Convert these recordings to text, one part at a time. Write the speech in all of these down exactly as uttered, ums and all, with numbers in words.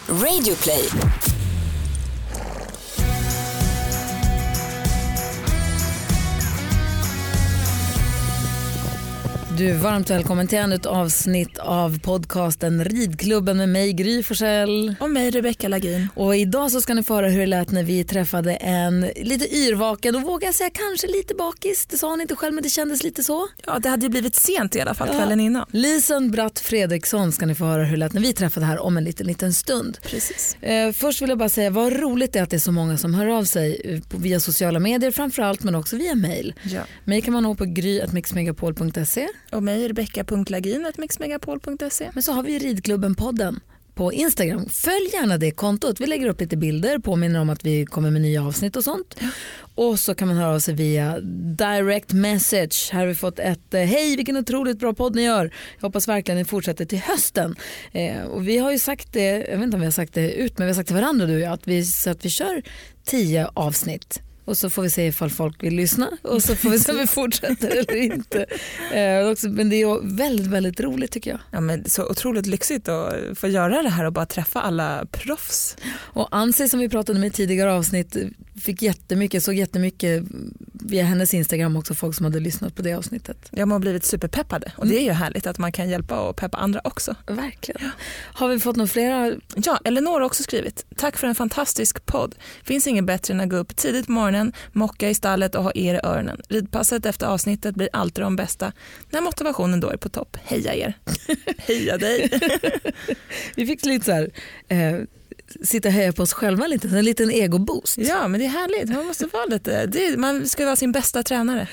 Radioplay. Du är varmt välkommen till ännu ett avsnitt av podcasten Ridklubben med mig, Gry Forssell. Och mig, Rebecca Lagin. Och idag så ska ni få höra hur det lät när vi träffade en lite yrvaken och vågar jag säga kanske lite bakis. Det sa hon inte själv, men det kändes lite så. Ja, det hade ju blivit sent i alla fall ja. kvällen innan. Lisen Bratt Fredriksson ska ni få höra hur det lät när vi träffade här om en liten, liten stund. Precis. Eh, först vill jag bara säga vad roligt det är att det är så många som hör av sig via sociala medier framförallt, men också via mejl. Ja. Mig kan man nå på gry at mixmegapol punkt se. Och mig, rebecca punkt lagin at mixmegapol punkt se. Men så har vi Ridklubben-podden på Instagram. Följ gärna det kontot. Vi lägger upp lite bilder, påminner om att vi kommer med nya avsnitt och sånt. Ja. Och så kan man höra av sig via direct message. Här har vi fått ett hej, vilken otroligt bra podd ni gör. Jag hoppas verkligen ni fortsätter till hösten. Eh, och vi har ju sagt det, jag vet inte om vi har sagt det ut, men vi har sagt till varandra du, att vi, så att vi kör tio avsnitt. Och så får vi se ifall folk vill lyssna. Och så får vi se om vi fortsätter eller inte. Eh, också, men det är väldigt, väldigt roligt tycker jag. Ja, men så otroligt lyxigt att få göra det här och bara träffa alla proffs. Och Ansi som vi pratade med i tidigare avsnitt fick jättemycket, såg jättemycket via hennes Instagram också, folk som hade lyssnat på det avsnittet. Ja, man har blivit superpeppade. Och det är ju härligt att man kan hjälpa och peppa andra också. Verkligen. Ja. Har vi fått några flera? Ja, Eleanor har också skrivit. Tack för en fantastisk podd. Finns inget bättre än att gå upp tidigt på morgonen, mocka i stallet och ha er i öronen. Ridpasset efter avsnittet blir alltid de bästa. När motivationen då är på topp. Heja er. Heja dig. Vi fick lite så här... Eh, sitta och heja på oss själva lite, en liten egoboost. Ja, men det är härligt. Man måste vara lite, det, man ska vara sin bästa tränare.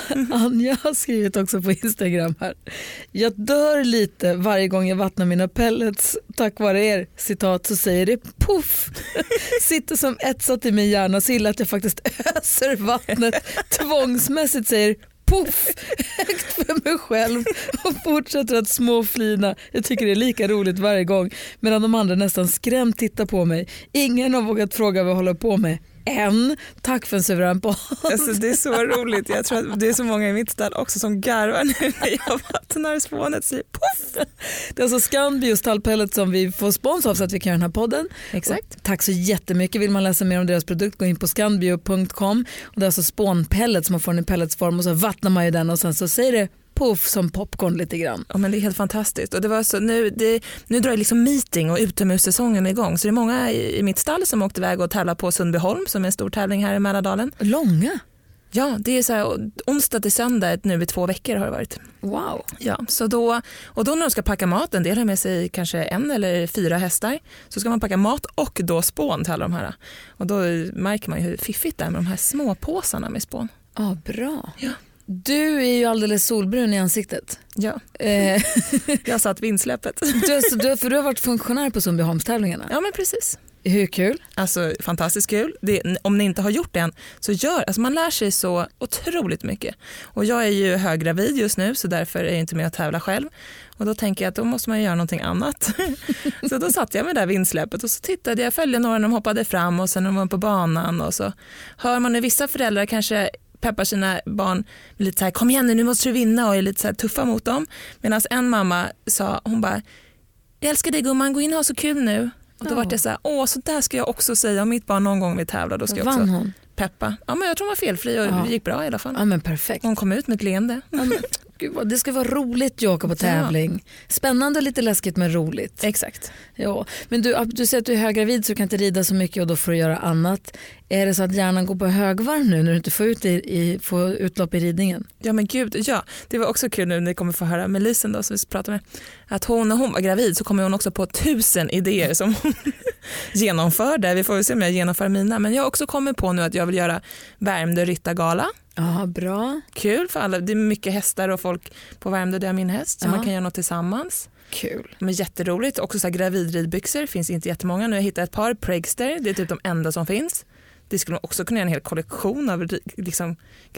Anja har skrivit också på Instagram här. Jag dör lite varje gång jag vattnar mina pellets. Tack vare er, citat, så säger det puff. Sitter som etsat i min hjärna så illa att jag faktiskt öser vattnet. Tvångsmässigt säger puff högt för mig själv och fortsätter att småflina. Jag tycker det är lika roligt varje gång, medan de andra nästan skrämt tittar på mig. Ingen har vågat fråga vad jag håller på med än. Tack för en suverän podd. Alltså, det är så roligt. Jag tror att det är så många i mitt stall också som garvar nu när jag vattnar spånet säger puff. Det är alltså Scandbio stallpellet som vi får spons av så att vi kan göra den här podden. Exakt. Och tack så jättemycket. Vill man läsa mer om deras produkt, gå in på scandbio punkt com. Och det är alltså spånpellet som man får den i pelletsform och så vattnar man ju den och sen så säger det puff som popcorn lite grann. Ja, men det är helt fantastiskt. Och det var så, nu, det, nu drar det liksom meeting och utomhussäsongen igång. Så det är många i, i mitt stall som åkte iväg och tävlar på Sundbyholm som är en stor tävling här i Mälardalen. Långa? Ja, det är så här, onsdag till söndag nu i två veckor har det varit. Wow. Ja, så då, och då när de ska packa mat, en del har med sig kanske en eller fyra hästar, så ska man packa mat och då spån till alla de här. Och då märker man ju hur fiffigt det är med de här små påsarna med spån. Ja, bra. Ja. Du är ju alldeles solbrun i ansiktet. Ja, eh. jag satt vindsläppet. Du, så du, för du har varit funktionär på Sundbyholmstävlingarna. Ja, men precis. Hur kul? Alltså fantastiskt kul. Det, om ni inte har gjort det än så gör, alltså man lär sig så otroligt mycket. Och jag är ju höggravid just nu så därför är jag inte med att tävla själv. Och då tänker jag att då måste man göra någonting annat. Så då satt jag med det där vindsläppet och så tittade jag, följde några när de hoppade fram och sen när de var på banan och så hör man när vissa föräldrar kanske peppar sina barn lite så här, kom igen nu, nu måste du vinna och är lite så här tuffa mot dem. Medan en mamma sa, hon bara, jag älskar dig gumman, gå in och ha så kul nu. Och då ja. var det så här, åh så där ska jag också säga om mitt barn någon gång vill tävla, då ska jag också hon? peppa. Ja, men jag tror hon var felfri och ja. det gick bra i alla fall. Ja, men perfekt. Hon kom ut med ett leende. Ja, men, gud, det ska vara roligt att åka på tävling. Ja. Spännande, lite läskigt men roligt. Exakt. Ja. Men du, du säger att du är höggravid så du kan inte rida så mycket och då får du göra annat. Är det så att hjärnan går på högvarv nu när du inte får, ut i, i, får utlopp i ridningen? Ja men gud, ja. Det var också kul nu när ni kommer få höra med Lisen då som vi pratade med. Att hon, när hon var gravid så kommer hon också på tusen idéer som hon genomförde. Vi får väl se om jag genomför mina. Men jag har också kommit på nu att jag vill göra Värmdö ryttargala. Ja, bra. Kul för alla. Det är mycket hästar och folk på Värmdö där är min häst. Så ja. man kan göra något tillsammans. Kul. Men jätteroligt. Också så här gravidridbyxor. Finns inte jättemånga. Nu har jag hittat ett par Prankster. Det är typ de enda som finns. Det skulle man också kunna göra en hel kollektion av liksom,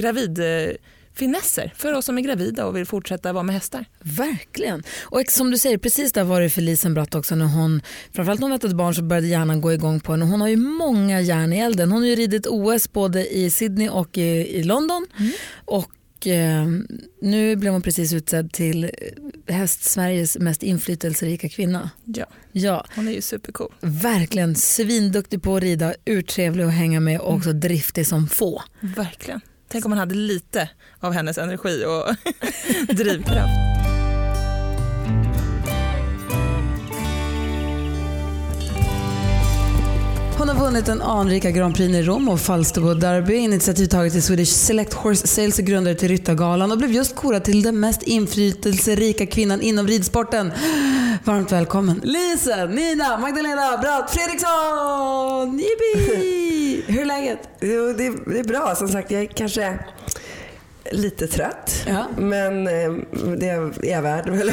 gravidfinesser för oss som är gravida och vill fortsätta vara med hästar. Verkligen. Och som du säger, precis där var det för Lisen Bratt också när hon, framförallt när hon väntade barn så började hjärnan gå igång på henne. Hon har ju många järn i elden. Hon har ju ridit O S både i Sydney och i, i London. Mm. Och Och eh, nu blev hon precis utsedd till häst Sveriges mest inflytelserika kvinna. Ja. Ja, hon är ju supercool. Verkligen svinduktig på att rida, urtrevlig att hänga med och också mm. driftig som få. Verkligen. Tänk om man hade lite av hennes energi och drivkraft. Hon har vunnit en anrika Grand Prix i Rom och Falsterbo Derby, initiativtaget till Swedish Select Horse Sales och grundare till Ryttargalan och blev just korad till den mest inflytelserika kvinnan inom ridsporten. Varmt välkommen Lisa, Nina, Magdalena Bratt Fredriksson! Yippie! Hur är läget? Jo, det, är, det är bra. Som sagt, jag är kanske lite trött, ja. Men det är jag värd. Det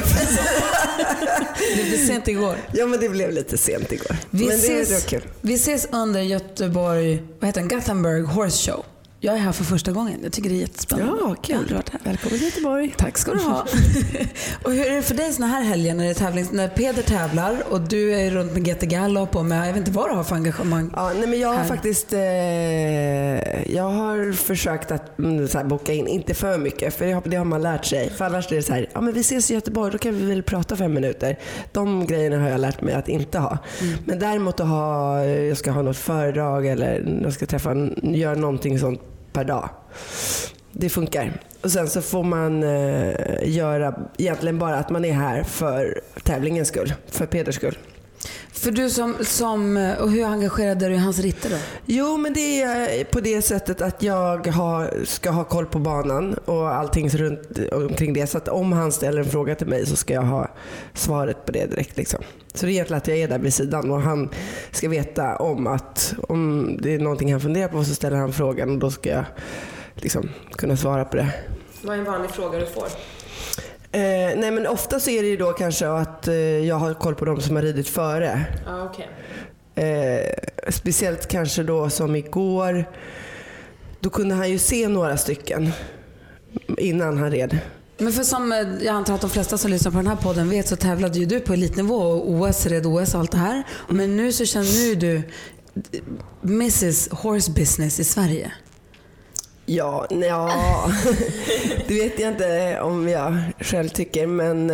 blev sent igår. Ja, men det blev lite sent igår. Vi, men ses, det är kul. Vi ses under Göteborg, vad heter den? Gothenburg Horse Show. Jag är här för första gången. Jag tycker det är jättespännande. Ja, kul. Välkommen till Göteborg. Tack ska du ha. Och hur är det för dig såna här helger när det är tävling, när Peder tävlar och du är runt med G T Gallop och med, jag vet inte vad du har för engagemang? Ja, nej, men jag har här. faktiskt eh, jag har försökt att mm, så här, boka in, inte för mycket, för det har, det har man lärt sig. För annars är det så här, ja men vi ses i Göteborg, då kan vi väl prata fem minuter. De grejerna har jag lärt mig att inte ha. Mm. Men däremot att ha, jag ska ha något föredrag eller jag ska träffa, göra någonting sånt per dag. Det funkar. Och sen så får man eh, göra egentligen bara att man är här för tävlingens skull, för Peders skull. För du som, som och hur engagerad är du i hans ritter då? Jo, men det är på det sättet att jag har, ska ha koll på banan och allting runt omkring det. Så att om han ställer en fråga till mig så ska jag ha svaret på det direkt liksom. Så det är egentligen att jag är där vid sidan och han ska veta om att om det är någonting han funderar på så ställer han frågan och då ska jag liksom kunna svara på det. Vad är en vanlig fråga du får? Eh, nej men ofta så är det ju då kanske att eh, jag har koll på dem som har ridit före. Ah, okay. eh, speciellt kanske då som igår. Då kunde han ju se några stycken innan han red. Men för som jag antar att de flesta som lyssnar på den här podden vet så tävlade ju du på elitnivå och O S, red O S och allt det här. Men nu så känner du missus Horse Business i Sverige. Ja, ja. Det vet jag inte om jag själv tycker, men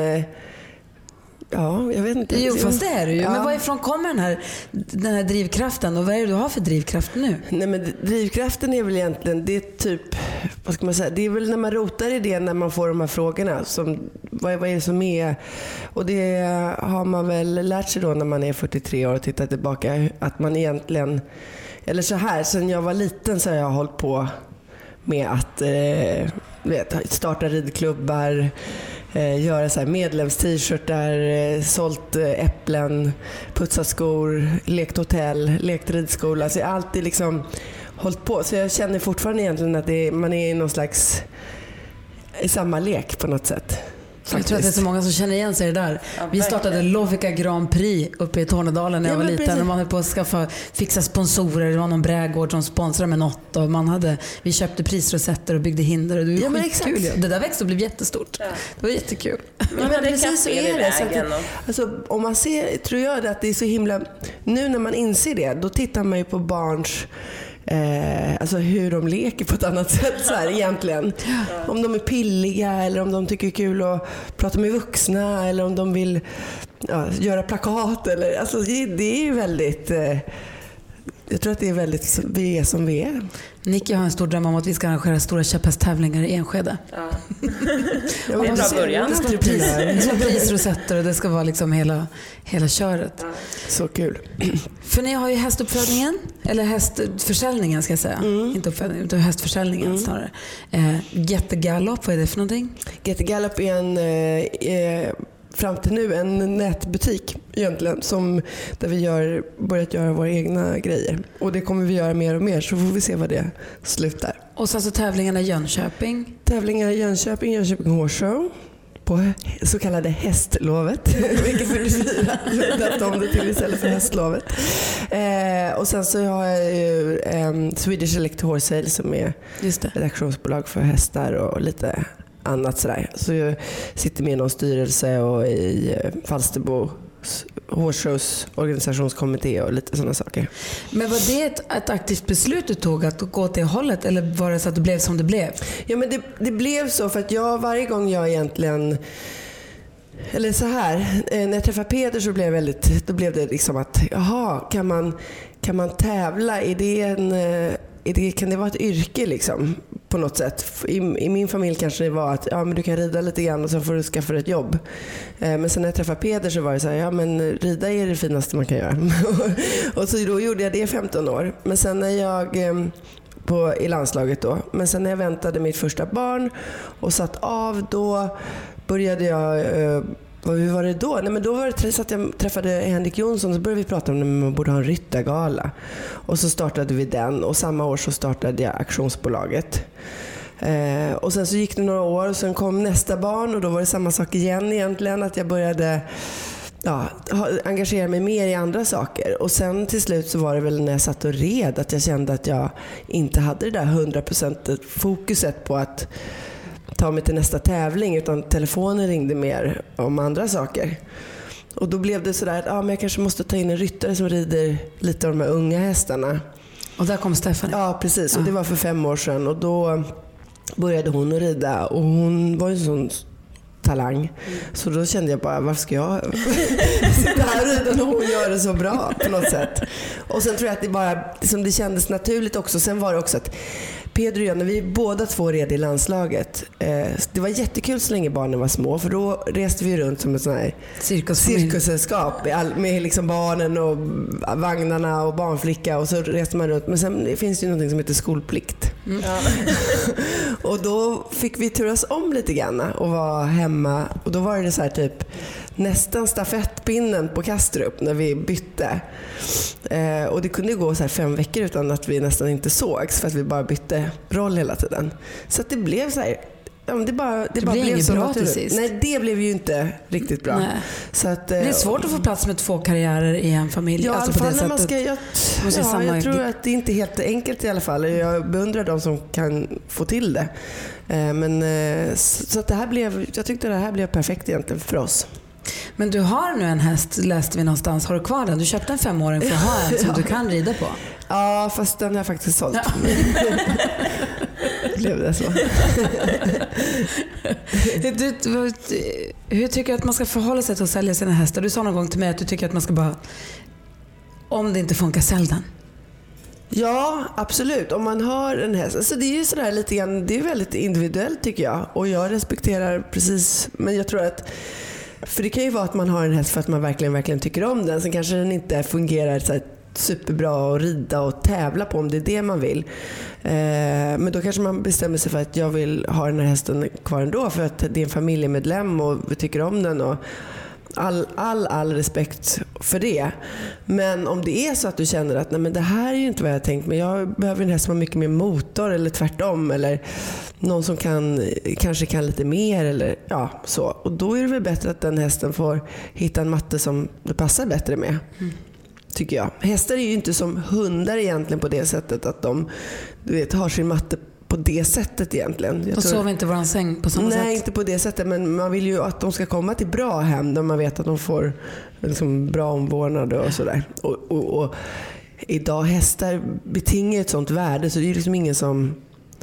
ja, jag vet inte. Jo, fast det är det ju. Ja. Men varifrån kommer den här, den här drivkraften och vad är det du har för drivkraft nu? Nej, men drivkraften är väl egentligen, det är typ, vad ska man säga, det är väl när man rotar i det när man får de här frågorna. Som, vad, vad är det som är? Och det har man väl lärt sig då när man är fyrtiotre år och tittar tillbaka. Att man egentligen, eller så här, sen jag var liten så har jag hållit på med att eh, vet, starta ridklubbar, eh, göra så här medlems-t-shirtar, eh, sålt eh, äpplen, putsat skor, lekt hotell, lekt ridskola. Så jag har alltid liksom hållit på. Så jag känner fortfarande egentligen att det är, man är i någon slags i samma lek på något sätt. Faktiskt. Jag tror att det är så många som känner igen sig där. Ja, vi startade Lovica Grand Prix uppe i Tornedalen när jag ja, var liten. Och man höll på att skaffa, fixa sponsorer. Det var någon brädgård som sponsrade med något. Och man hade, vi köpte prisrosetter och byggde hinder. Och det var ja, skitkul. Det där växte och blev jättestort. Ja. Det var jättekul. Ja, men, men det precis så är det. Så att det alltså, om man ser, tror jag att det är så himla... Nu när man inser det, då tittar man ju på barns... Eh, alltså hur de leker på ett annat sätt så här, egentligen. Ja. Om de är pilliga eller om de tycker det är kul att prata med vuxna eller om de vill ja, göra plakat eller, alltså, det, det är ju väldigt eh, jag tror att det är väldigt vi är som vi är. Nicky har en stor dröm om att vi ska arrangera stora käpphästtävlingar i Enskede. Ja. Det är en bra början. Det ska vara pris, det ska vara prisrosetter och det ska vara liksom hela, hela köret. Ja. Så kul. För ni har ju hästuppfödningen, eller hästförsäljningen ska jag säga. Mm. Inte uppfödningen, utan hästförsäljningen mm. snarare. Eh, Get the Gallop, vad är det för någonting? Get the Gallop är en... Eh, fram till nu en nätbutik egentligen som, där vi gör, börjat göra våra egna grejer. Och det kommer vi göra mer och mer så får vi se vad det slutar. Och så alltså tävlingarna i Jönköping? Tävlingar i Jönköping, Jönköping Horse Show på så kallade hästlovet. Vilket fyrtiofyra döpte om det till istället för hästlovet. Eh, och sen så har jag ju eh, Swedish Select Horse Sales som är redaktionsbolag för hästar och lite annat sådär. Så jag sitter med i någon styrelse och i Falsterbo Horse-shows organisationskommitté och lite sådana saker. Men var det ett, ett aktivt beslut du tog att gå åt det hållet, eller var det så att det blev som det blev? Ja, men det, det blev så för att jag varje gång jag egentligen, eller så här, när jag träffade Peter så blev, väldigt, då blev det liksom att jaha, kan man, kan man tävla? Är det en, är det, kan det vara ett yrke liksom, på något sätt? I, I min familj kanske det var att ja, men du kan rida lite grann och så får du skaffa dig ett jobb. Men sen när jag träffade Peter så var det så här, ja men rida är det finaste man kan göra. Och så då gjorde jag det i femton år. Men sen när jag på, i landslaget då, men sen när jag väntade mitt första barn och satt av, då började jag, eh, hur var det då? Nej, men då var det så att jag träffade Henrik Jonsson och så började vi prata om att man borde ha en ryttargala. Och så startade vi den och samma år så startade jag auktionsbolaget. Eh, och sen så gick det några år och sen kom nästa barn och då var det samma sak igen egentligen, att jag började ja, engagera mig mer i andra saker. Och sen till slut så var det väl när jag satt och red att jag kände att jag inte hade det där hundra procent fokuset på att ta mig till nästa tävling, utan telefonen ringde mer om andra saker. Och då blev det sådär att ja, men jag kanske måste ta in en ryttare som rider lite av de här unga hästarna. Och där kom Stefan. Ja, precis. Och det var för fem år sedan. Och då började hon att rida. Och hon var ju en sån talang. Mm. Så då kände jag bara, varför ska jag sitta här och rida när hon gör det så bra på något sätt. Och sen tror jag att det bara, liksom det kändes naturligt också. Sen var det också att Pedro och jag, när vi båda två red i landslaget, eh, det var jättekul så länge barnen var små, för då reste vi runt som ett sån här cirkussällskap med liksom barnen och vagnarna och barnflicka, och så reste man runt. Men sen finns det ju någonting som heter skolplikt. Mm. Ja. Och då fick vi turas om lite grann och vara hemma, och då var det så här typ nästan stafettpinnen på Kastrup när vi bytte. Eh, och det kunde gå så här fem veckor utan att vi nästan inte sågs, för att vi bara bytte roll hela tiden. Så att det blev så här, ja, det bara, det, det bara blev så bra till sist. Nej, det blev ju inte riktigt bra. Så att, eh, det är svårt att få plats med två karriärer i en familj. Ja, alltså i alla fall fall när man ska, jag, ja, jag tror att det är inte helt enkelt i alla fall. Jag beundrar de som kan få till det. Eh, men eh, så att det här blev, jag tyckte det här blev perfekt egentligen för oss. Men du har nu en häst, läste vi någonstans. Har du kvar den? Du köpte en femåring för att ha en som du kan rida på. Ja, fast den har jag faktiskt sålt. Ja. Blev det så. du, du, hur tycker du att man ska förhålla sig till att sälja sina hästar? Du sa någon gång till mig att du tycker att man ska bara, om det inte funkar, sälj den. Ja, absolut. Om man har en häst. Alltså det är ju sådär lite grann, det är väldigt individuellt tycker jag. Och jag respekterar precis, men jag tror att, för det kan ju vara att man har en häst för att man verkligen, verkligen tycker om den. Sen kanske den inte fungerar så här superbra att rida och tävla på, om det är det man vill. Eh, men då kanske man bestämmer sig för att jag vill ha den här hästen kvar ändå, för att det är en familjemedlem och vi tycker om den, och all, all, all respekt för det. Men om det är så att du känner att nej, men det här är ju inte vad jag har tänkt, men jag behöver en häst som har mycket mer motor, eller tvärtom, eller någon som kan, kanske kan lite mer, eller ja, så. Och då är det väl bättre att den hästen får hitta en matte som det passar bättre med. Mm. Tycker jag. Hästar är ju inte som hundar egentligen på det sättet att de, du vet, har sin matte på det sättet egentligen. Jag de tror... sover inte våran säng på samma Nej, sätt? Nej, inte på det sättet, men man vill ju att de ska komma till bra hem där man vet att de får liksom bra omvårdnad och sådär. Och, och, och idag hästar betingar ett sånt värde, så det är ju liksom ingen som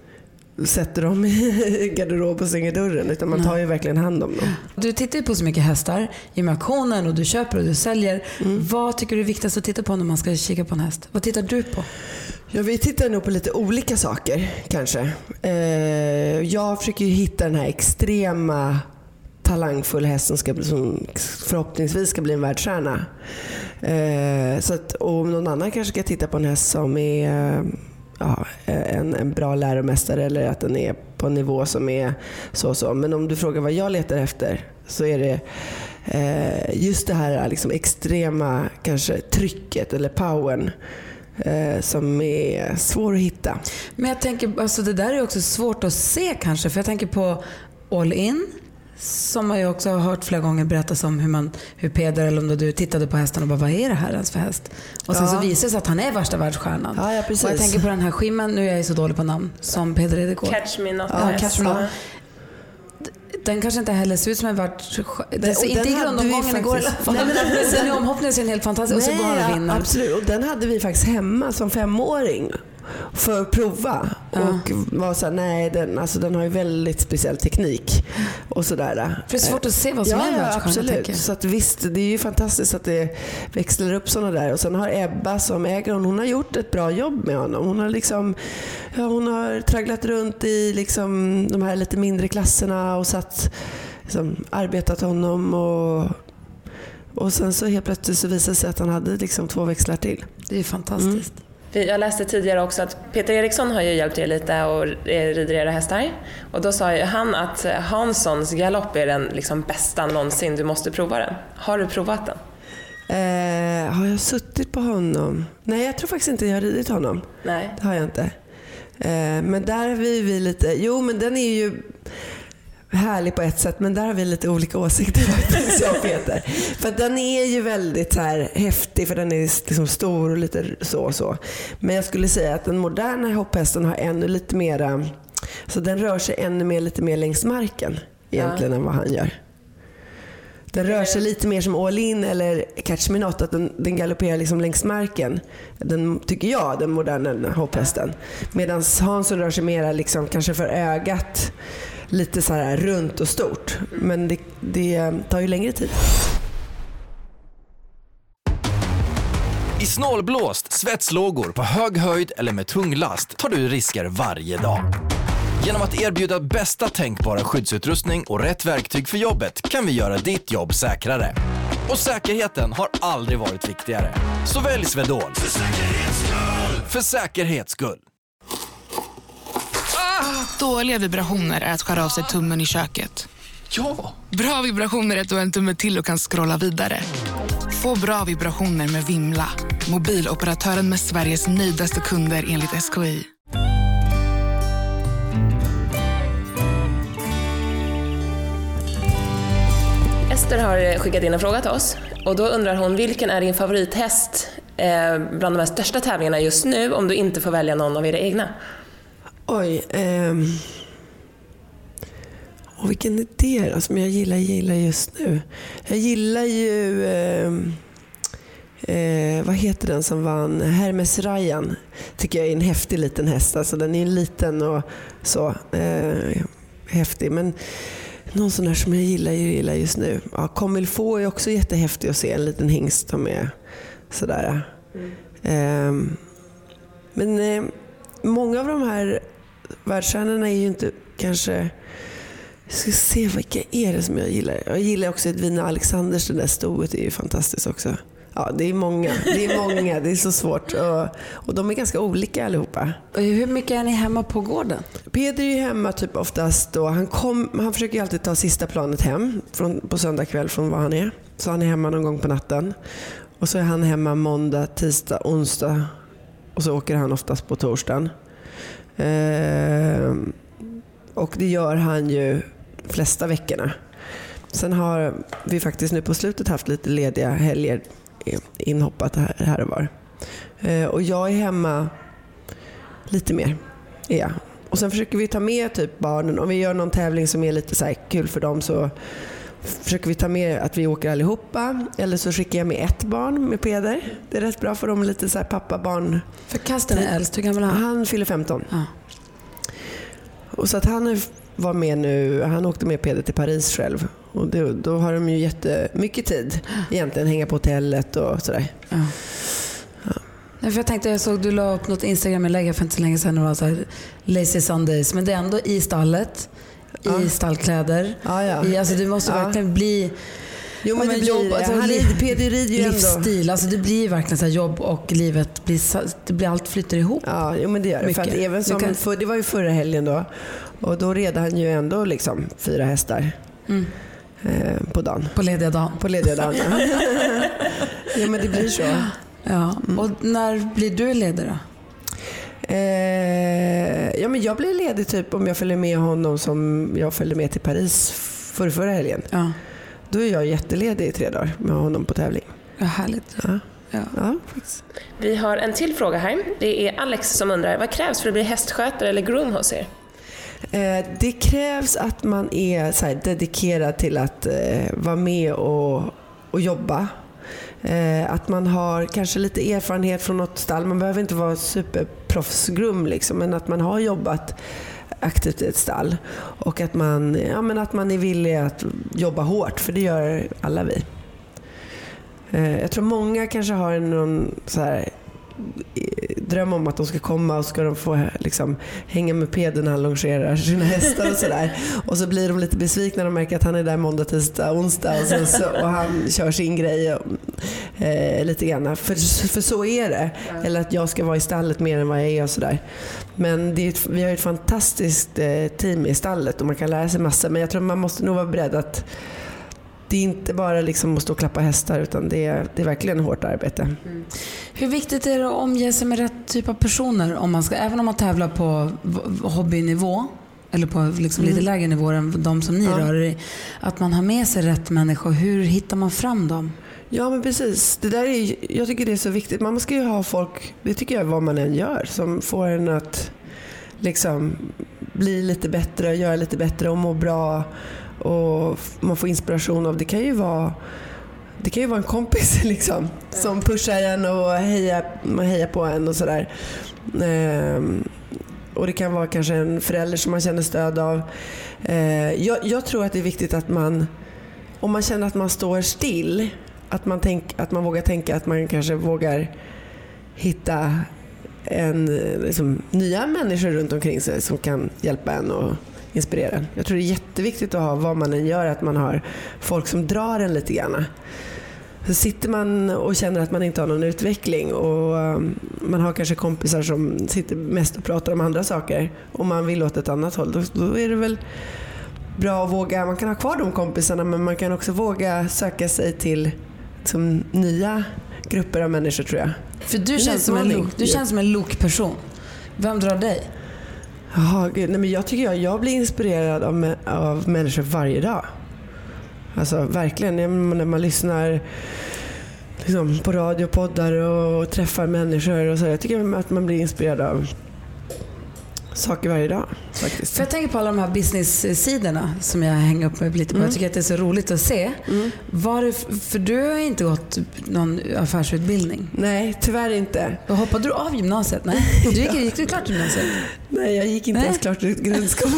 sätter dem i garderob och stänger dörren, utan man tar ju verkligen hand om dem. Du tittar ju på så mycket hästar i auktionen, och du köper och du säljer. Mm. Vad tycker du är viktigast att titta på när man ska kika på en häst? Vad tittar du på? Ja, vi tittar nog på lite olika saker kanske. Eh, jag försöker ju hitta den här extrema talangfull häst som, ska, som förhoppningsvis ska bli en världsstjärna. Eh, så att, och någon annan kanske ska titta på en häst som är ja, en, en bra läromästare, eller att den är på en nivå som är så så. Men om du frågar vad jag letar efter, så är det eh, just det här liksom extrema kanske trycket eller powern eh, som är svår att hitta. Men jag tänker, alltså det där är också svårt att se kanske, för jag tänker på All In, som jag också har hört flera gånger berättas om hur, man, hur Peder eller om du tittade på hästen och bara, vad är det här ens för häst? Och sen ja. så visar det sig att han är värsta världsstjärnan. Ja, ja, precis. Och jag tänker på den här skimmen, nu är jag så dålig på namn, som Peder Edegård. Catch Me Not. Ja, Catch Me Not. den kanske inte heller ser ut som en vart... Den ser inte i grundomgången igår. Nej, men sen i omhoppningen ser den helt fantastisk. Nej, och så går han och vinner. Absolut. Och den hade vi faktiskt hemma som femåring för att prova. Ja. Och var så här, nej, den, alltså, den har ju väldigt speciell teknik. Och sådär. För det är svårt att se vad som ja, är en ja, absolut. Så att visst, det är ju fantastiskt att det växlar upp sådana där. Och sen har Ebba som äger hon, hon har gjort ett bra jobb med honom. Hon har liksom, ja, hon har tragglat runt i liksom de här lite mindre klasserna och satt, liksom, arbetat honom och och sen så helt plötsligt så visade det sig att han hade liksom två växlar till. Det är fantastiskt. Mm. Jag läste tidigare också att Peter Eriksson har ju hjälpt er lite och rider era hästar. Och då sa ju han att Hanssons galopp är den liksom bästa någonsin. Du måste prova den. Har du provat den? Eh, har jag suttit på honom? Nej, jag tror faktiskt inte jag har ridit honom. Nej. Det har jag inte. Eh, men där har vi, vi lite... Jo, men den är ju härlig på ett sätt, men där har vi lite olika åsikter så Peter. För den är ju väldigt så här häftig, för den är liksom stor och lite så och så. Men jag skulle säga att den moderna hopphästen har ännu lite mera, så den rör sig ännu mer lite mer längs marken egentligen, ja, än vad han gör. Den rör sig lite mer som All In eller Catch Me Not, att den, den galopperar liksom längs marken. Den tycker jag, den moderna hopphästen. Medan Hansson rör sig mer liksom kanske för ögat, lite så här runt och stort. Men det, det tar ju längre tid. I snålblåst, svetslågor, på hög höjd eller med tung last tar du risker varje dag. Genom att erbjuda bästa tänkbara skyddsutrustning och rätt verktyg för jobbet kan vi göra ditt jobb säkrare. Och säkerheten har aldrig varit viktigare. Så välj Swedol. För säkerhets skull! För säkerhets skull! Dåliga vibrationer är att skära av sig tummen i köket. Ja! Bra vibrationer är att du har en tumme till och kan scrolla vidare. Få bra vibrationer med Vimla. Mobiloperatören med Sveriges nöjdaste kunder enligt S K I. Ester har skickat in en fråga till oss. Och då undrar hon, vilken är din favorithäst eh, bland de här största tävlingarna just nu, om du inte får välja någon av era egna? Oj, ehm... och vilken är det då som jag gillar, gillar just nu? Jag gillar ju, eh, eh, vad heter den som vann? Hermes Ryan. Tycker jag är en häftig liten häst. Alltså den är liten och så eh, häftig. Men någon sån där som jag gillar, gillar just nu. Ja, Comme il faut är också jättehäftig att se. En liten hingst som är sådär. Mm. Eh, men eh, många av de här världsstjärnorna är ju inte kanske... Jag ska se vilka är det som jag gillar. Jag gillar också Edvina Alexanders, det där stoet är ju fantastiskt också. Ja, det är många. Det är många, det är så svårt. Och, och de är ganska olika allihopa. Och hur mycket är ni hemma på gården? Peder är ju hemma typ oftast då. Han, kom, han försöker ju alltid ta sista planet hem från, på söndag kväll från var han är. Så han är hemma någon gång på natten. Och så är han hemma måndag, tisdag, onsdag. Och så åker han oftast på torsdagen. Eh, och det gör han ju flesta veckorna. Sen har vi faktiskt nu på slutet haft lite lediga helger inhoppat här och var. Och jag är hemma lite mer. Ja. Och sen försöker vi ta med typ barnen. Om vi gör någon tävling som är lite så här kul för dem, så försöker vi ta med att vi åker allihopa. Eller så skickar jag med ett barn med Peder. Det är rätt bra för dem, lite så här pappa-barn. För Kasten är äldst, hur gammal är han? Han fyller femton. Ja. Och så att han var med nu, han åkte med Peder till Paris själv. Och då, då har de ju jättemycket tid egentligen, hänga på hotellet och sådär. Ja. Ja. För jag tänkte, jag såg du la upp något Instagram-inlägg för inte så länge sedan och var så här, Lazy Sundays, men det är ändå i stallet, ja. I stallkläder. Ja, ja. I, alltså du måste ja. verkligen bli... Jo, men, ja, men det jobb, alltså, han rider, Peder rider ju livsstil, ändå. Alltså det blir verkligen så här, jobb och livet blir, det blir, allt flyter ihop. Ja, jo, men det gör det. För att även som, kan... för, det var ju förra helgen då, och då red han ju ändå liksom fyra hästar. Mm. Eh, på dagen. På lediga dagen. På lediga dagen, ja. Ja, men det blir så. Ja. Mm. Och när blir du ledig då? Eh, ja, men jag blir ledig typ om jag följer med honom som jag följde med till Paris för förra helgen. Ja. Då är jag jätteledig i tre dagar med honom på tävling. Ja, härligt. Ja. Ja. Ja, vi har en till fråga här. Det är Alex som undrar, vad krävs för att bli hästskötare eller groom hos er? Eh, det krävs att man är så här, dedikerad till att eh, vara med och, och jobba. Eh, att man har kanske lite erfarenhet från något stall. Man behöver inte vara superproffsgrum liksom, men att man har jobbat aktivt i ett stall. Och att man, ja, men att man är villig att jobba hårt, för det gör alla vi. Eh, jag tror många kanske har någon så här dröm om att de ska komma och ska de få liksom hänga med peden när han longerar sina hästar och sådär. Och så blir de lite besvikna när de märker att han är där måndag, tisdag, onsdag och, sen så, och han kör sin grej och, eh, lite grann. För, för så är det. Eller att jag ska vara i stallet mer än vad jag är och sådär. Men det är ett, vi har ett fantastiskt eh, team i stallet och man kan lära sig massa. Men jag tror man måste nog vara beredd att det är inte bara liksom att stå och klappa hästar, utan det är, det är verkligen hårt arbete. Mm. Hur viktigt är det att omge sig med rätt typ av personer, om man ska, även om man tävlar på hobbynivå eller på liksom mm. lite lägre nivå än de som ni ja. rör i, att man har med sig rätt människor? Hur hittar man fram dem? Ja, men precis. Det där är, jag tycker det är så viktigt. Man ska ju ha folk, det tycker jag vad man än gör, som får en att liksom bli lite bättre, göra lite bättre och må bra. Och man får inspiration av, det kan ju vara det kan ju vara en kompis liksom, som pushar en och hejar, man hejar på en och sådär. Ehm, och det kan vara kanske en förälder som man känner stöd av. Ehm, jag, jag tror att det är viktigt att man, om man känner att man står still, att man, tänk, att man vågar tänka att man kanske vågar hitta en, liksom, nya människor runt omkring sig som kan hjälpa en och inspirera. Jag tror det är jätteviktigt att ha, vad man än gör, att man har folk som drar en lite grann. Så sitter man och känner att man inte har någon utveckling och um, man har kanske kompisar som sitter mest och pratar om andra saker och man vill åt ett annat håll, då, då är det väl bra att våga, man kan ha kvar de kompisarna, men man kan också våga söka sig till liksom, nya grupper av människor, tror jag. För du känns som en lok, du känns som en lokperson. Vem drar dig? Jaha, gud. Nej, men jag tycker jag, jag blir inspirerad av, av människor varje dag. Alltså verkligen, när man lyssnar liksom, på radio, poddar och träffar människor och så. Jag tycker att man blir inspirerad av saker varje dag faktiskt. För jag tänker på alla de här business-sidorna som jag hänger upp mig lite på. Mm. Jag tycker att det är så roligt att se. Mm. Var det, för du har inte gått någon affärsutbildning. Nej, tyvärr inte. Och hoppade du av gymnasiet? Nej. Du gick, gick du klart gymnasiet? Nej, jag gick inte Nej. ens klart grundskolan.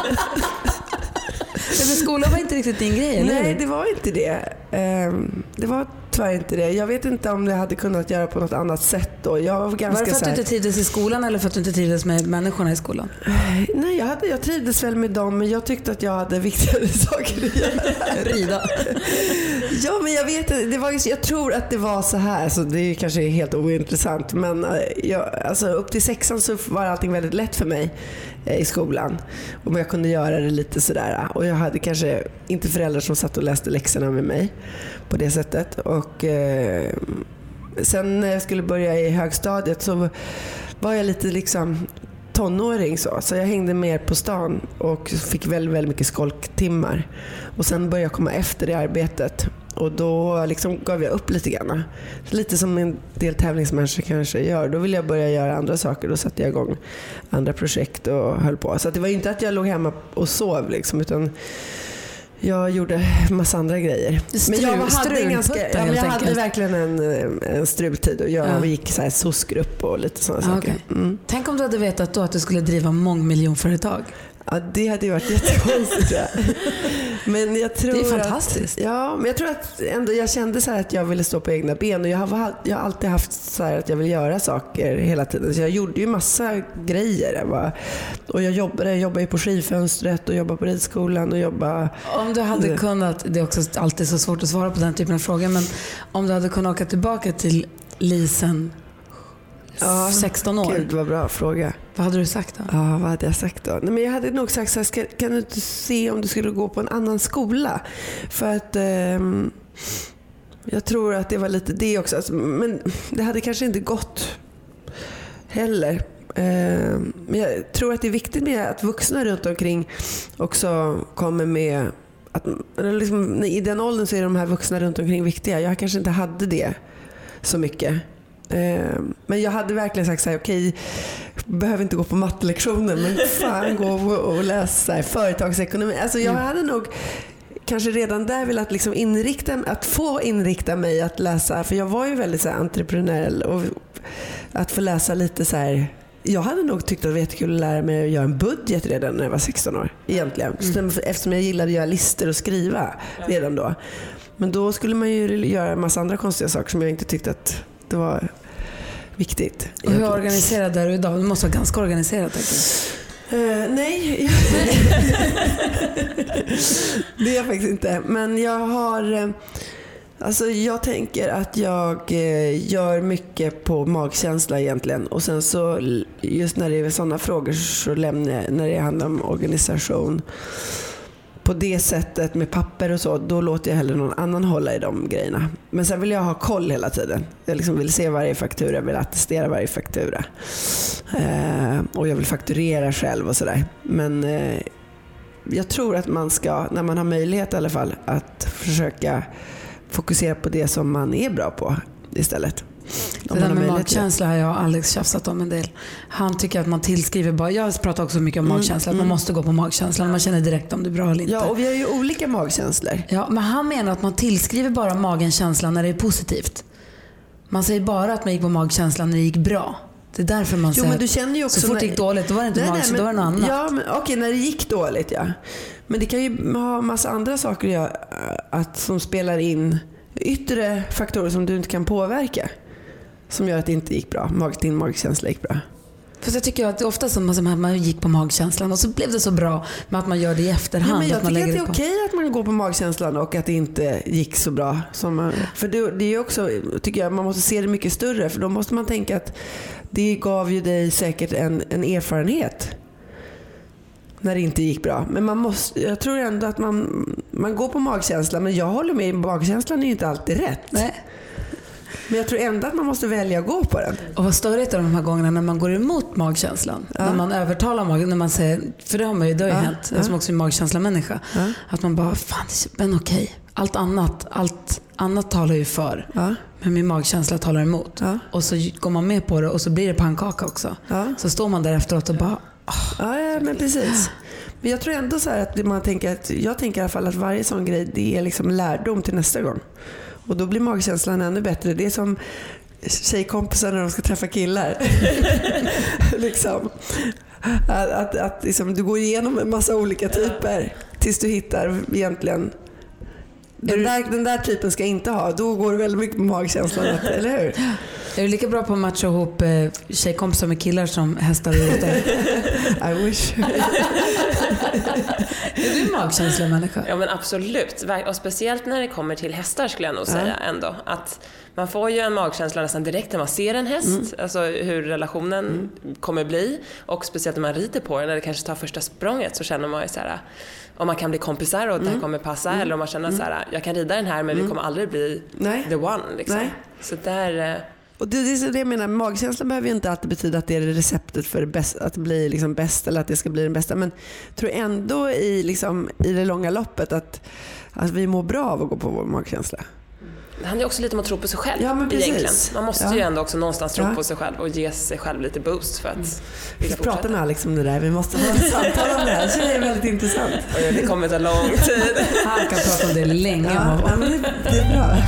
Men skolan var inte riktigt din grej, eller? Nej, det var inte det. Det var tyvärr inte det. Jag vet inte om det hade kunnat göra på något annat sätt då. Jag var ganska var det för att du inte trivdes i skolan eller för att du inte trivdes med människorna i skolan? Nej, jag, hade, jag trivdes väl med dem, men jag tyckte att jag hade viktigare saker att göra. Rida. Ja, men jag vet det var, jag tror att det var så här, så det är kanske helt ointressant, men jag, alltså, upp till sexan så var allting väldigt lätt för mig i skolan. Om jag kunde göra det lite sådär. Och jag hade kanske inte föräldrar som satt och läste läxorna med mig på det sättet. Och eh, sen när jag skulle börja i högstadiet så var jag lite liksom tonåring så. Så jag hängde mer på stan och fick väldigt, väldigt mycket skolktimmar. Och sen började jag komma efter i arbetet. Och då liksom gav jag upp lite grann. Lite som en del tävlingsmänniskor kanske gör. Då ville jag börja göra andra saker. Då satte jag igång andra projekt och höll på. Så det var inte att jag låg hemma och sov liksom, utan jag gjorde massa andra grejer. Strul, men jag hade, ganska, ja, men jag hade verkligen en, en strultid och jag ja. gick så här S O S-grupp och lite sådana ah, saker. Okay. Mm. Tänk om du hade vetat då att du skulle driva mångmiljonföretag. Ja, det hade ju varit jättekonstigt. Men jag tror det är fantastiskt. Att, ja, men jag tror att ändå jag kände så här att jag ville stå på egna ben och jag har, jag har alltid haft så här att jag vill göra saker hela tiden. Så jag gjorde ju massa grejer. Jag var, och jag jobbade, jag jobbade på skivfönstret och jobbade på ridskolan och jobbade. Om du hade kunnat, det är också alltid så svårt att svara på den typen av frågor, men om du hade kunnat åka tillbaka till Lisen ja, sexton år. Gud, vad bra fråga. Vad hade du sagt då? Ja, vad hade jag sagt då? Nej, men jag hade nog sagt så här, ska, kan du inte se om du skulle gå på en annan skola? För att eh, jag tror att det var lite det också. Alltså, men det hade kanske inte gått heller. Eh, men jag tror att det är viktigt med att vuxna runt omkring också kommer med att, liksom, i den åldern så är de här vuxna runt omkring viktiga. Jag kanske inte hade det så mycket. Men jag hade verkligen sagt så här, okej, behöver inte gå på mattelektioner, men fan gå och, och läsa här, företagsekonomi. Alltså jag hade nog kanske redan där velat liksom inrikta, att få inrikta mig att läsa, för jag var ju väldigt så här entreprenöriell, och att få läsa lite så här. Jag hade nog tyckt att det var jättekul att lära mig att göra en budget redan när jag var sexton år egentligen. Mm. Eftersom jag gillade att göra listor och skriva redan då. Men då skulle man ju göra en massa andra konstiga saker som jag inte tyckte att det var viktigt. Och hur organiserad är du idag? Du måste vara ganska organiserad, tänker jag. Uh, nej. Det är jag faktiskt inte. Men jag har... Alltså jag tänker att jag gör mycket på magkänsla egentligen. Och sen så just när det är sådana frågor så lämnar jag, när det handlar om organisation på det sättet med papper och så, då låter jag hellre någon annan hålla i de grejerna. Men sen vill jag ha koll hela tiden. Jag liksom vill se varje faktura, jag vill attestera varje faktura. Eh, och jag vill fakturera själv och sådär. Men eh, jag tror att man ska, när man har möjlighet i alla fall, att försöka fokusera på det som man är bra på istället. Det där med magkänsla har jag och Alex tjafsat om en del. Han tycker att man tillskriver bara, jag pratar också mycket om mm, magkänsla, att man måste gå på magkänslan, man känner direkt om det är bra eller inte. Ja, och vi har ju olika magkänslor. Ja, men han menar att man tillskriver bara magenkänslan när det är positivt. Man säger bara att man gick på magkänslan när det gick bra. Det är därför man jo, säger men du känner ju också så fort det gick dåligt, då var det inte magkänsla, då var det något annat. Ja, men okej, när det gick dåligt, ja. Men det kan ju ha massa andra saker att göra, att, som spelar in yttre faktorer som du inte kan påverka, som gör att det inte gick bra. Mag, din magkänsla gick bra. För jag tycker att det är ofta som att man gick på magkänslan och så blev det så bra med att man gör det i efterhand. Ja, men jag att man tycker lägger att det är det okej att man går på magkänslan och att det inte gick så bra. Som man, för det, det är också, tycker jag, man måste se det mycket större. För då måste man tänka att det gav ju dig säkert en, en erfarenhet när det inte gick bra. Men man måste, jag tror ändå att man, man går på magkänslan, men jag håller med, magkänslan är ju inte alltid rätt. Nej. Men jag tror ändå att man måste välja att gå på den. Och vad störigt är de här gångerna när man går emot magkänslan. Ja. När man övertalar magen, när man säger, för det har man ju, det har ju ja. hänt, jag som också är magkänslamänniska. Ja. Att man bara, fan, men okej. Allt annat, allt annat talar ju för. Ja. Men min magkänsla talar emot. Ja. Och så går man med på det och så blir det pannkaka också. Ja. Så står man där efteråt och bara, oh. ja, ja, men precis. Men jag tror ändå så här att man tänker att, jag tänker i alla fall att varje sån grej, det är liksom lärdom till nästa gång. Och då blir magkänslan ännu bättre. Det är som tjejkompisar när de ska träffa killar. liksom. Att, att, att liksom, du går igenom en massa olika typer tills du hittar egentligen den där, den där typen ska inte ha. Då går det väldigt mycket på magkänslan, eller hur? Är du lika bra på att matcha ihop eh, tjejkompisar med killar som hästar och rutor? I wish. Är du en magkänslomänniska? Ja, men absolut. Och speciellt när det kommer till hästar skulle jag nog säga ja. ändå. Att man får ju en magkänsla nästan direkt när man ser en häst. Mm. Alltså hur relationen mm. kommer bli. Och speciellt när man rider på den, när det kanske tar första språnget, så känner man ju så här, om man kan bli kompisar och mm. det här kommer passa. Mm. Eller om man känner så här, jag kan rida den här men mm. vi kommer aldrig bli Nej. the one. Liksom. Nej. Så där... Och det är det jag menar, magkänslan behöver ju inte alltid betyda att det är receptet för det bästa, att bli liksom bäst eller att det ska bli den bästa. Men jag tror ändå i, liksom, i det långa loppet att, att vi mår bra av att gå på vår magkänsla. Det handlar ju också lite om att tro på sig själv ja, men egentligen. Man måste ja. ju ändå också någonstans tro ja. på sig själv och ge sig själv lite boost för att mm. Vi ska prata med Alex om det där. Vi måste ha ett samtal om det här. Så det är väldigt intressant. Och det kommer ta lång tid. Han kan prata om det länge. Ja, ja, men det, det är bra.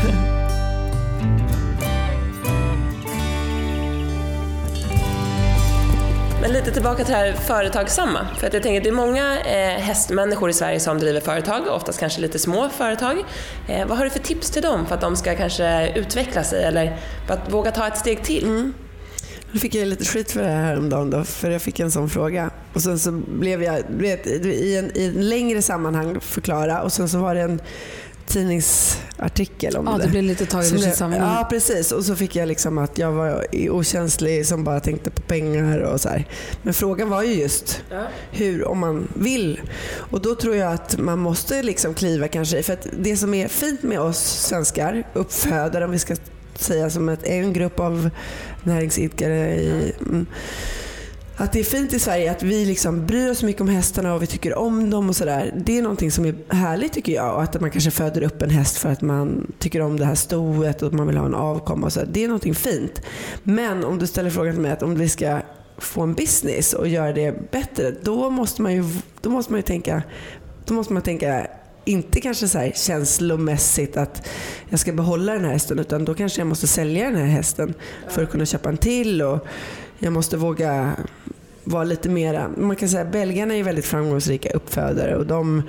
Men lite tillbaka till det här företagsamma. För att jag tänker att det är många eh, hästmänniskor i Sverige som driver företag, oftast kanske lite små företag. Eh, vad har du för tips till dem för att de ska kanske utveckla sig eller för att våga ta ett steg till? Mm. Nu fick jag lite skit för det här häromdagen då, för jag fick en sån fråga. Och sen så blev jag vet, i, en, i en längre sammanhang förklara och sen så var det en tidningsartikel om ja, det. Ja, det blev lite taget ur sitt sammanhang. Ja, precis. Och så fick jag liksom att jag var okänslig som bara tänkte på pengar och så här. Men frågan var ju just ja. hur, om man vill. Och då tror jag att man måste liksom kliva kanske. För att det som är fint med oss svenskar, uppfödare om vi ska säga som ett, en grupp av näringsidkare i... Mm, att det är fint i Sverige att vi liksom bryr oss mycket om hästarna och vi tycker om dem och sådär. Det är någonting som är härligt tycker jag. Och att man kanske föder upp en häst för att man tycker om det här stoet och att man vill ha en avkomma och så. Det är någonting fint. Men om du ställer frågan till mig att om vi ska få en business och göra det bättre, då måste man ju, då måste man ju tänka, då måste man tänka inte kanske så här känslomässigt att jag ska behålla den här hästen, utan då kanske jag måste sälja den här hästen för att kunna köpa en till, och jag måste våga vara lite mera, man kan säga belgarna är ju väldigt framgångsrika uppfödare, och de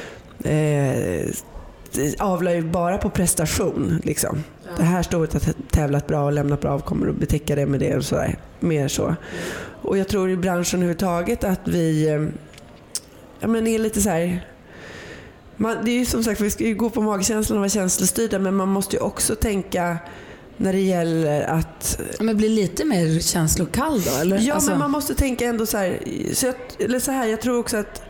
eh, avlar ju bara på prestation liksom. Ja. Det här stået har tävlat bra och lämnat bra, kommer att betäcka det med det och sådär, mer så. Och jag tror i branschen överhuvudtaget att vi ja, men är lite så här, man, det är ju som sagt, vi ska ju gå på magkänslan och vara känslostyrda, men man måste ju också tänka när det gäller att... Men bli lite mer känslokall då, eller? Ja, alltså... men man måste tänka ändå så här, så jag, eller så här, jag tror också att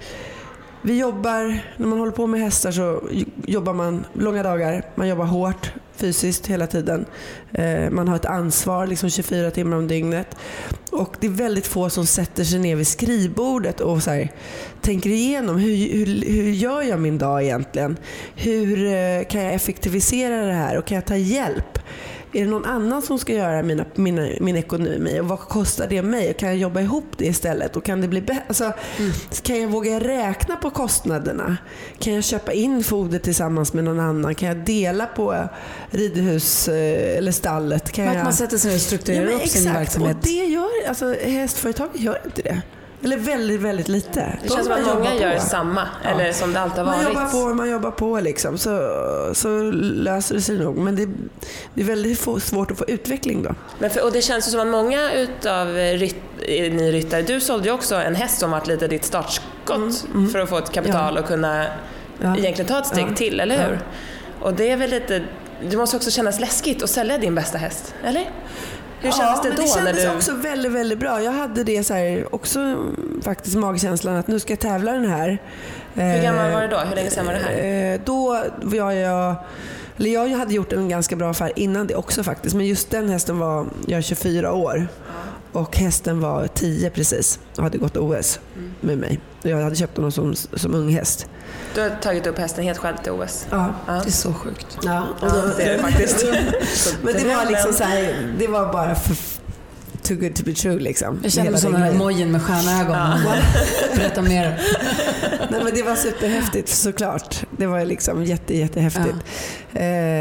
vi jobbar, när man håller på med hästar så jobbar man långa dagar, man jobbar hårt fysiskt hela tiden. Eh, man har ett ansvar liksom tjugofyra timmar om dygnet. Och det är väldigt få som sätter sig ner vid skrivbordet och så här, tänker igenom hur, hur, hur gör jag min dag egentligen? Hur eh, kan jag effektivisera det här och kan jag ta hjälp? Är det någon annan som ska göra mina, mina, min ekonomi? Och vad kostar det mig? Kan jag jobba ihop det istället? Och kan det bli bättre? Alltså, mm. Kan jag våga räkna på kostnaderna? Kan jag köpa in foder tillsammans med någon annan? Kan jag dela på ridhus eller stallet? Kan att jag... man sätter sig och strukturerar ja, upp exakt. sin verksamhet. Och det gör, alltså hästföretag gör inte det. Eller väldigt, väldigt lite. Det känns som att många gör samma, ja. Eller som det alltid har varit. Man jobbar på, man jobbar på liksom, så, så löser det sig nog. Men det, det är väldigt få, svårt att få utveckling då. Men för, och det känns som att många utav rytt, ni ryttare, du sålde ju också en häst som varit lite ditt startskott mm, mm. för att få ett kapital ja. Och kunna ja. Egentligen ta ett steg ja. Till, eller hur? Ja. Och det är väl lite, det måste också kännas läskigt att sälja din bästa häst, eller? Hur kändes ja, det men då? Det kändes när du... också väldigt, väldigt bra. Jag hade det så här, också faktiskt magkänslan att nu ska jag tävla den här. Hur gammal var det då? Hur länge sedan var det här? Då var jag... Eller jag hade gjort en ganska bra affär innan det också faktiskt. Men just den hästen var jag tjugofyra år. Och hästen var tio precis. Och hade gått O S mm. med mig. Jag hade köpt honom som, som ung häst. Du har tagit upp hästen helt själv till O S? Ja, ja. Det är så sjukt. Ja, och då, ja det är det faktiskt. Men det var liksom så här, det var bara för, too good to be true liksom. Jag kände som den här emojen med stjärnögon. Ja. Berätta mer. Nej, men det var superhäftigt såklart. Det var liksom jätte, jättehäftigt. Ja.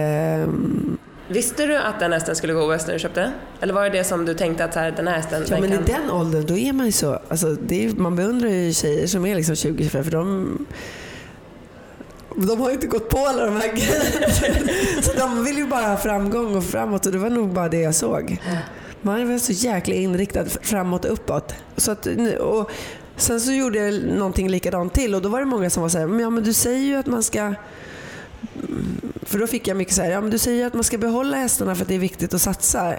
Ehm... Visste du att den hästen skulle gå O S när du köpte den? Eller var det det som du tänkte att så här, den här hästen... Ja, den men kan... i den åldern då är man ju så... Alltså, det är, man beundrar ju tjejer som är liksom tjugo tjugofem, för de... De har ju inte gått på alla de här grejerna. Så de vill ju bara ha framgång och framåt, och det var nog bara det jag såg. Man var så jäkla inriktad framåt och uppåt. Så att, och sen så gjorde jag någonting likadant till, och då var det många som var så här, men ja, men du säger ju att man ska... För då fick jag mycket så här, ja men du säger att man ska behålla hästarna för att det är viktigt att satsa.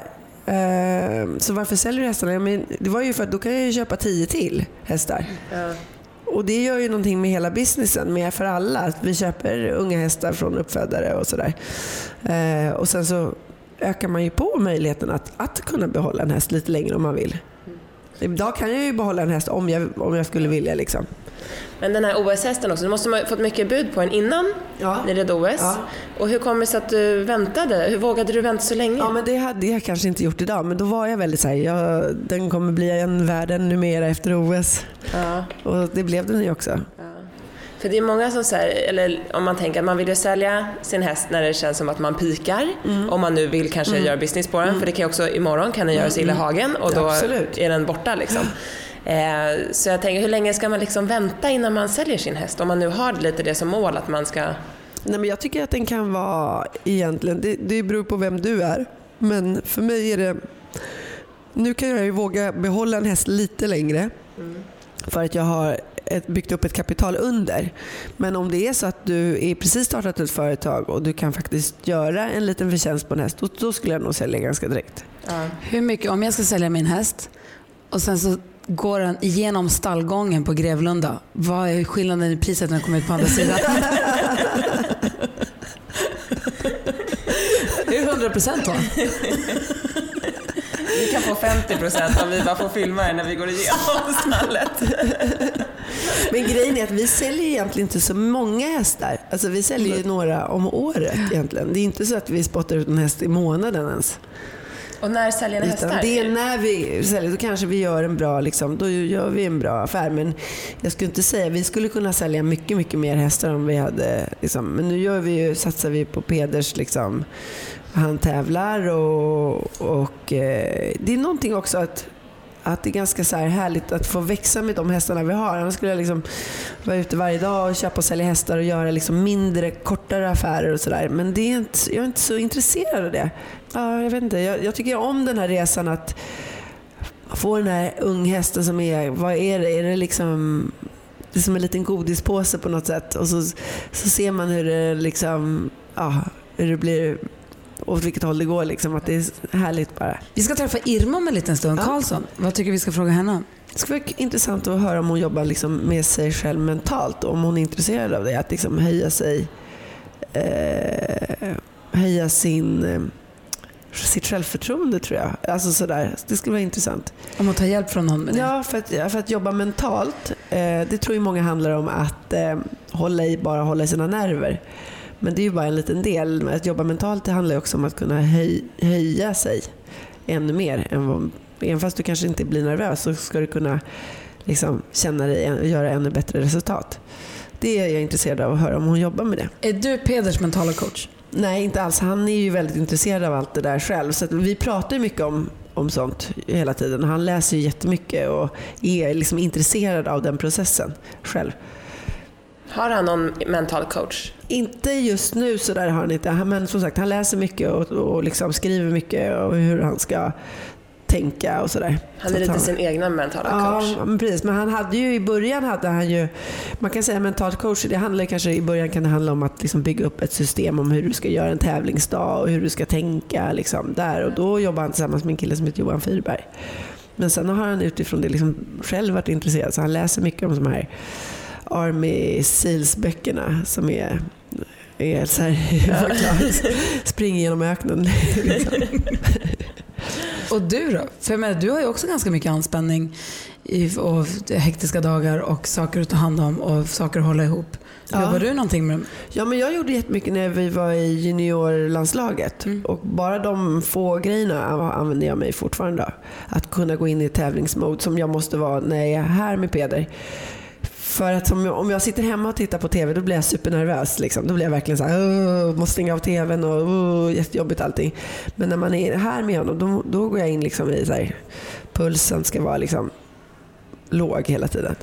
Så varför säljer du hästarna? Ja, men det var ju för att då kan jag ju köpa tio till hästar. Ja. Och det gör ju någonting med hela businessen, med för alla. Att vi köper unga hästar från uppfödare och sådär. Och sen så ökar man ju på möjligheten att, att kunna behålla en häst lite längre om man vill. Idag kan jag ju behålla en häst om jag, om jag skulle vilja liksom. Men den här O S-hästen också, du måste ha fått mycket bud på den innan ja. Ni red O S. Ja. Och hur kommer det sig att du väntade? Hur vågade du vänta så länge? Ja, men det hade jag kanske inte gjort idag. Men då var jag väldigt så här, jag, den kommer bli en världen numera efter O S. Ja. Och det blev den ju också. Ja. För det är många som säger, eller om man tänker att man vill ju sälja sin häst när det känns som att man pikar. Mm. Om man nu vill kanske mm. göra business på den. Mm. För det kan också, imorgon kan den göras mm. illa hagen och då Absolut. Är den borta liksom. Eh, så jag tänker, hur länge ska man liksom vänta innan man säljer sin häst? Om man nu har lite det som mål att man ska... Nej, men jag tycker att den kan vara egentligen, det, det beror på vem du är. Men för mig är det, nu kan jag ju våga behålla en häst lite längre. Mm. För att jag har ett, byggt upp ett kapital under. Men om det är så att du är precis startat ett företag och du kan faktiskt göra en liten förtjänst på en häst, då, då skulle jag nog sälja ganska direkt. Ja. Hur mycket, om jag ska sälja min häst och sen så går den igenom stallgången på Grevlunda, vad är skillnaden i priset när den kommer ut på andra sidan? Det är hundra procent då. Vi kan få femtio procent om vi bara får filma när vi går igenom stallet. Men grejen är att vi säljer egentligen inte så många hästar. Alltså vi säljer ju några om året egentligen. Det är inte så att vi spottar ut en häst i månaden ens. Och när säljer ni hästar? Det är när vi säljer, då kanske vi gör en bra, liksom, då gör vi en bra affär. Men jag skulle inte säga, vi skulle kunna sälja mycket, mycket mer hästar om vi hade, liksom, men nu gör vi ju, satsar vi på Peders, liksom, han tävlar och, och eh, det är någonting också att att det är ganska så här härligt att få växa med de hästarna vi har. Annars skulle jag liksom vara ute varje dag och köpa och sälja hästar och göra liksom mindre, kortare affärer och sådär. Men det är inte, jag är inte så intresserad av det. Ja, jag vet inte. Jag, jag tycker om den här resan att få den här unghästen som är, vad är det? Är det liksom, det är som en liten godispåse på något sätt. Och så, så ser man hur det liksom, ja, hur det blir, åt vilket håll det går, liksom, att det är härligt bara. Vi ska träffa Irma om en liten stund. Ja. Karlsson, vad tycker vi ska fråga henne om? Det ska vara intressant att höra om hon jobbar liksom med sig själv mentalt, och om hon är intresserad av det, att liksom höja sig, eh, höja sin, eh, sitt självförtroende, tror jag. Alltså sådär. Det skulle vara intressant. Om att ta hjälp från någon med det? Ja, för att, för att jobba mentalt, eh, det tror ju många handlar om att eh, hålla i, bara hålla i sina nerver. Men det är ju bara en liten del. Att jobba mentalt, det handlar ju också om att kunna höj, höja sig ännu mer. Än vad, även fast du kanske inte blir nervös, så ska du kunna liksom känna dig och göra ännu bättre resultat. Det är jag intresserad av att höra om hon jobbar med det. Är du Peders mentala coach? Nej, inte alls. Han är ju väldigt intresserad av allt det där själv. Så att vi pratar ju mycket om, om sånt hela tiden. Han läser ju jättemycket och är liksom intresserad av den processen själv. Har han någon mental coach? Inte just nu, så där har han inte. Men som sagt, han läser mycket och, och liksom skriver mycket och hur han ska tänka och sådär. Han är lite han, sin egna mentala coach. Ja, men precis. Men han hade ju i början hade han ju, man kan säga mental coach, det handlar kanske i början kan det handla om att liksom bygga upp ett system om hur du ska göra en tävlingsdag och hur du ska tänka liksom där. Och då jobbar han tillsammans med en kille som heter Johan Fyrberg. Men sen har han utifrån det liksom själv varit intresserad, så han läser mycket om de här Army Seals-böckerna som är, är så här, springer genom öknen. Liksom. Och du då? För jag menar, du har ju också ganska mycket anspänning i, och hektiska dagar och saker att ta hand om och saker att hålla ihop. Ja. Jobbar du någonting med dem? Ja, men jag gjorde jättemycket när vi var i juniorlandslaget. Mm. Och bara de få grejerna använder jag mig fortfarande. Att kunna gå in i tävlingsmode som jag måste vara när jag är här med Peder. För att som, om jag sitter hemma och tittar på tv, då blir jag supernervös. Liksom. Då blir jag verkligen så här, måste stänga av tvn och oh, jättejobbigt allting. Men när man är här med honom, då, då går jag in liksom i så här, pulsen ska vara liksom låg hela tiden.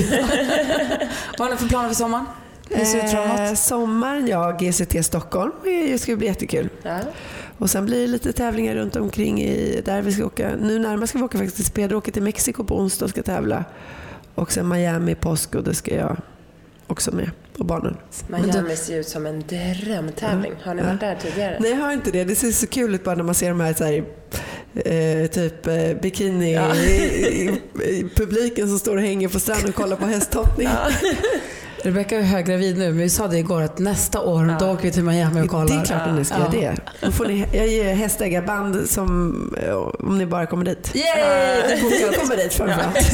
Vad har ni för planer för sommaren? Eh, sommaren, ja, G C T Stockholm. Det ska bli jättekul. Ja. Och sen blir det lite tävlingar runt omkring i, där vi ska åka. Nu närmast ska vi åka faktiskt till Pedro, åka till Mexiko på onsdag och ska tävla. Och sen Miami, påsk, och det ska jag också med på barnen. Miami ser ut som en drömtävling. Har ni varit där tidigare? Nej, jag har inte det. Det ser så kul ut bara när man ser de här, så här eh, typ eh, bikini ja. i, i, i publiken som står och hänger på stranden och kollar på hästhoppning. Ja. Rebecca är höggravid nu, men vi sa det igår att nästa år ja. då åker vi till Miami och kollar. Det är klart att ni ska ja. göra det. Då får ni, jag ger hästägarband som, om ni bara kommer dit. Yay! Jag kommer dit framförallt.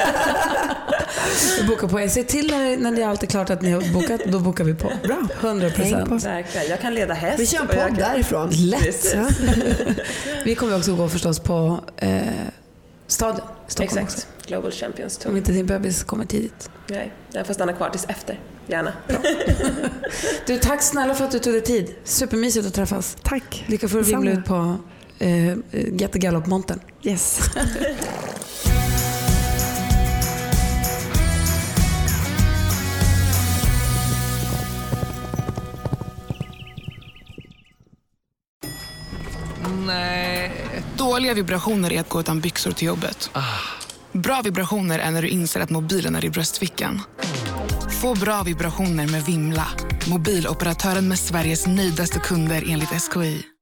Vi bokar på. Jag ser till när, när det är alltid klart att ni har bokat, då bokar vi på. Bra. hundra procent. Verkligen. Jag kan leda häst. Vi kör en podd kan... därifrån. Lätt. Ja. Vi kommer också gå förstås på eh, stadion. Stockholm Exakt. Också. Global Champions Tour. Om inte din bebis kommer tidigt. Nej, jag får stanna kvar tills efter. Gärna. Du, tack snälla för att du tog dig tid. Supermysigt att träffas. Tack. Lycka för att vingla ut på eh, Jättegaloppmontern. Yes. Nej. Dåliga vibrationer är att gå utan byxor till jobbet. Ah. Bra vibrationer är när du inser att mobilen är i bröstfickan. Få bra vibrationer med Vimla. Mobiloperatören med Sveriges nöjdaste kunder enligt S K I.